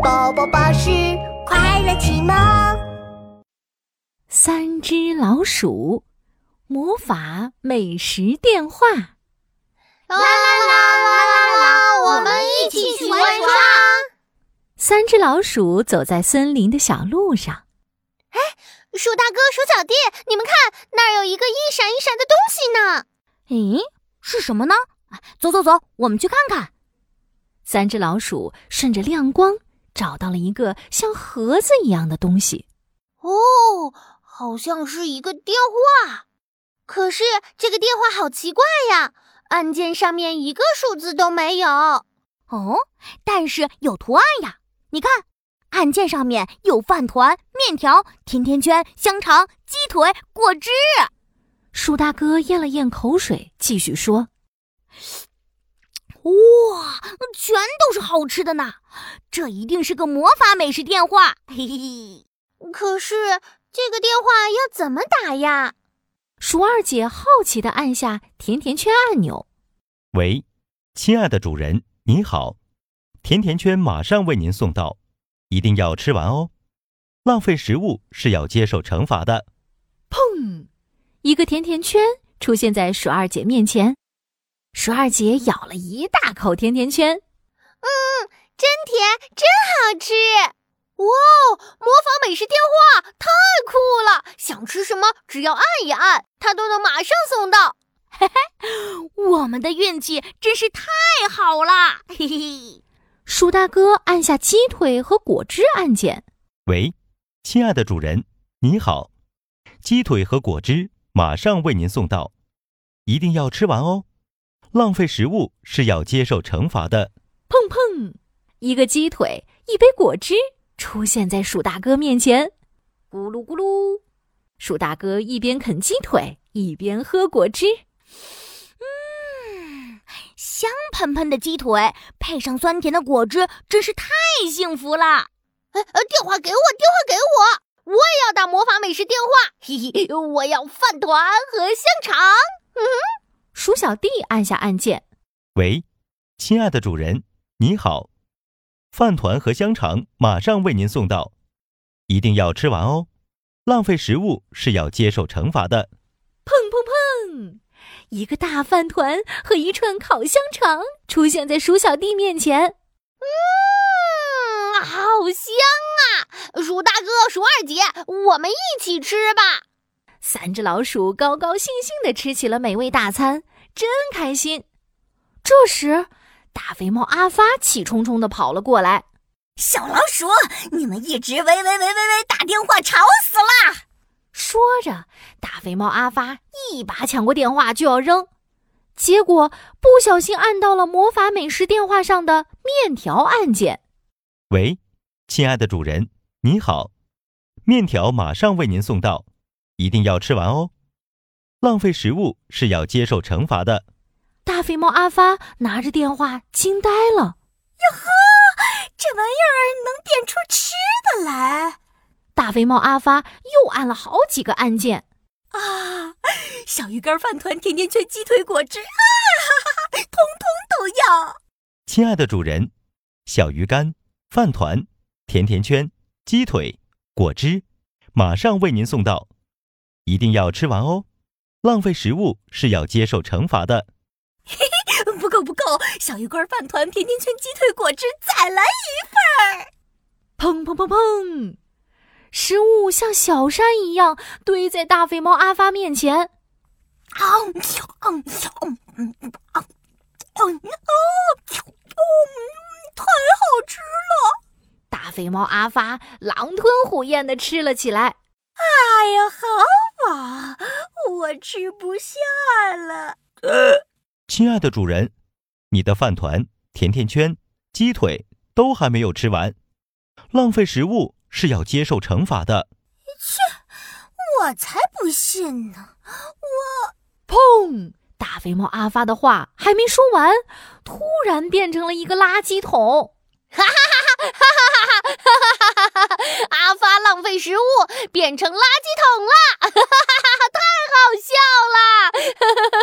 宝宝巴士快乐启蒙。 三只老鼠，魔法美食电话。 啦啦啦啦啦啦，我们一起去玩耍。 三只老鼠走在森林的小路上。 哎，鼠大哥，鼠小弟，你们看，那儿有一个一闪一闪的东西呢。 咦，是什么呢？走走走，我们去看看。 三只老鼠顺着亮光找到了一个像盒子一样的东西。 哦，好像是一个电话。可是这个电话好奇怪呀，按键上面一个数字都没有。 哦，但是有图案呀，你看，按键上面有饭团、面条、甜甜圈、香肠、鸡腿、果汁。 鼠大哥咽了咽口水，继续说： 哇，全都是好吃的呢！这一定是个魔法美食电话，嘿嘿嘿。 可是这个电话要怎么打呀？ 鼠二姐好奇地按下甜甜圈按钮。 喂，亲爱的主人，你好，甜甜圈马上为您送到，一定要吃完哦，浪费食物是要接受惩罚的。 砰！一个甜甜圈出现在鼠二姐面前。鼠二姐咬了一大口甜甜圈， 真甜，真好吃！哇，魔法美食电话太酷了！想吃什么，只要按一按，它都能马上送到。 嘿嘿，我们的运气真是太好了！嘿嘿。 鼠大哥按下鸡腿和果汁按键。 喂，亲爱的主人，你好，鸡腿和果汁马上为您送到，一定要吃完哦，浪费食物是要接受惩罚的。 砰砰！一个鸡腿，一杯果汁出现在鼠大哥面前。咕噜咕噜，鼠大哥一边啃鸡腿，一边喝果汁。 香喷喷的鸡腿配上酸甜的果汁，真是太幸福了。 电话给我，电话给我！我也要打魔法美食电话，嘿嘿，我要饭团和香肠。 鼠小弟按下按键。 喂，亲爱的主人，你好，饭团和香肠马上为您送到，一定要吃完哦，浪费食物是要接受惩罚的。 砰砰砰！一个大饭团和一串烤香肠出现在鼠小弟面前。 好香啊！鼠大哥，鼠二姐，我们一起吃吧。 三只老鼠高高兴兴地吃起了美味大餐，真开心。这时，大肥猫阿发气冲冲地跑了过来。 小老鼠，你们一直喂打电话，吵死了！ 说着，大肥猫阿发一把抢过电话就要扔，结果不小心按到了魔法美食电话上的面条按键。 喂，亲爱的主人，你好，面条马上为您送到，一定要吃完哦，浪费食物是要接受惩罚的。 大肥猫阿发拿着电话惊呆了。 哟呵，这玩意儿能变出吃的来！ 大肥猫阿发又按了好几个按键。 啊，小鱼干、饭团、甜甜圈、鸡腿、果汁啊，通通都要！ 亲爱的主人，小鱼干、饭团、甜甜圈、鸡腿、果汁马上为您送到，一定要吃完哦，浪费食物是要接受惩罚的。 嘿嘿，不够，小鱼干、饭团、甜甜圈、鸡腿、果汁再来一份儿！ 砰砰砰砰！食物像小山一样堆在大肥猫阿发面前。 太好吃了！ 大肥猫阿发狼吞虎咽地吃了起来。 哎呀，好饱，我吃不下了。 亲爱的主人，你的饭团、甜甜圈、鸡腿都还没有吃完，浪费食物是要接受惩罚的。 切，我才不信呢！ 砰！大肥猫阿发的话还没说完，突然变成了一个垃圾桶。 哈哈哈哈哈哈哈哈！阿发浪费食物变成垃圾桶了，哈哈哈哈！太好笑了！